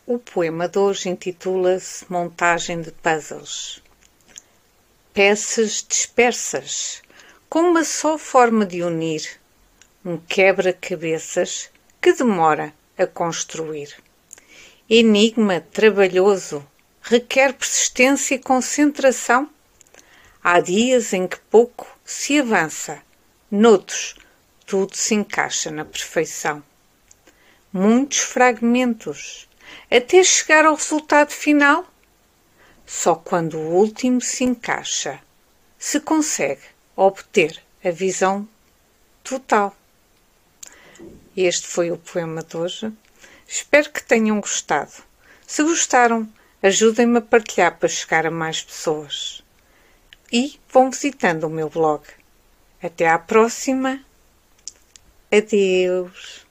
O poema de hoje intitula-se Montagem de Puzzles. Peças dispersas, com uma só forma de unir, um quebra-cabeças que demora a construir. Enigma trabalhoso, requer persistência e concentração. Há dias em que pouco se avança, noutros tudo se encaixa na perfeição. Muitos fragmentos, até chegar ao resultado final. Só quando o último se encaixa, se consegue obter a visão total. Este foi o poema de hoje. Espero que tenham gostado. Se gostaram, ajudem-me a partilhar para chegar a mais pessoas. E vão visitando o meu blog. Até à próxima. Adeus.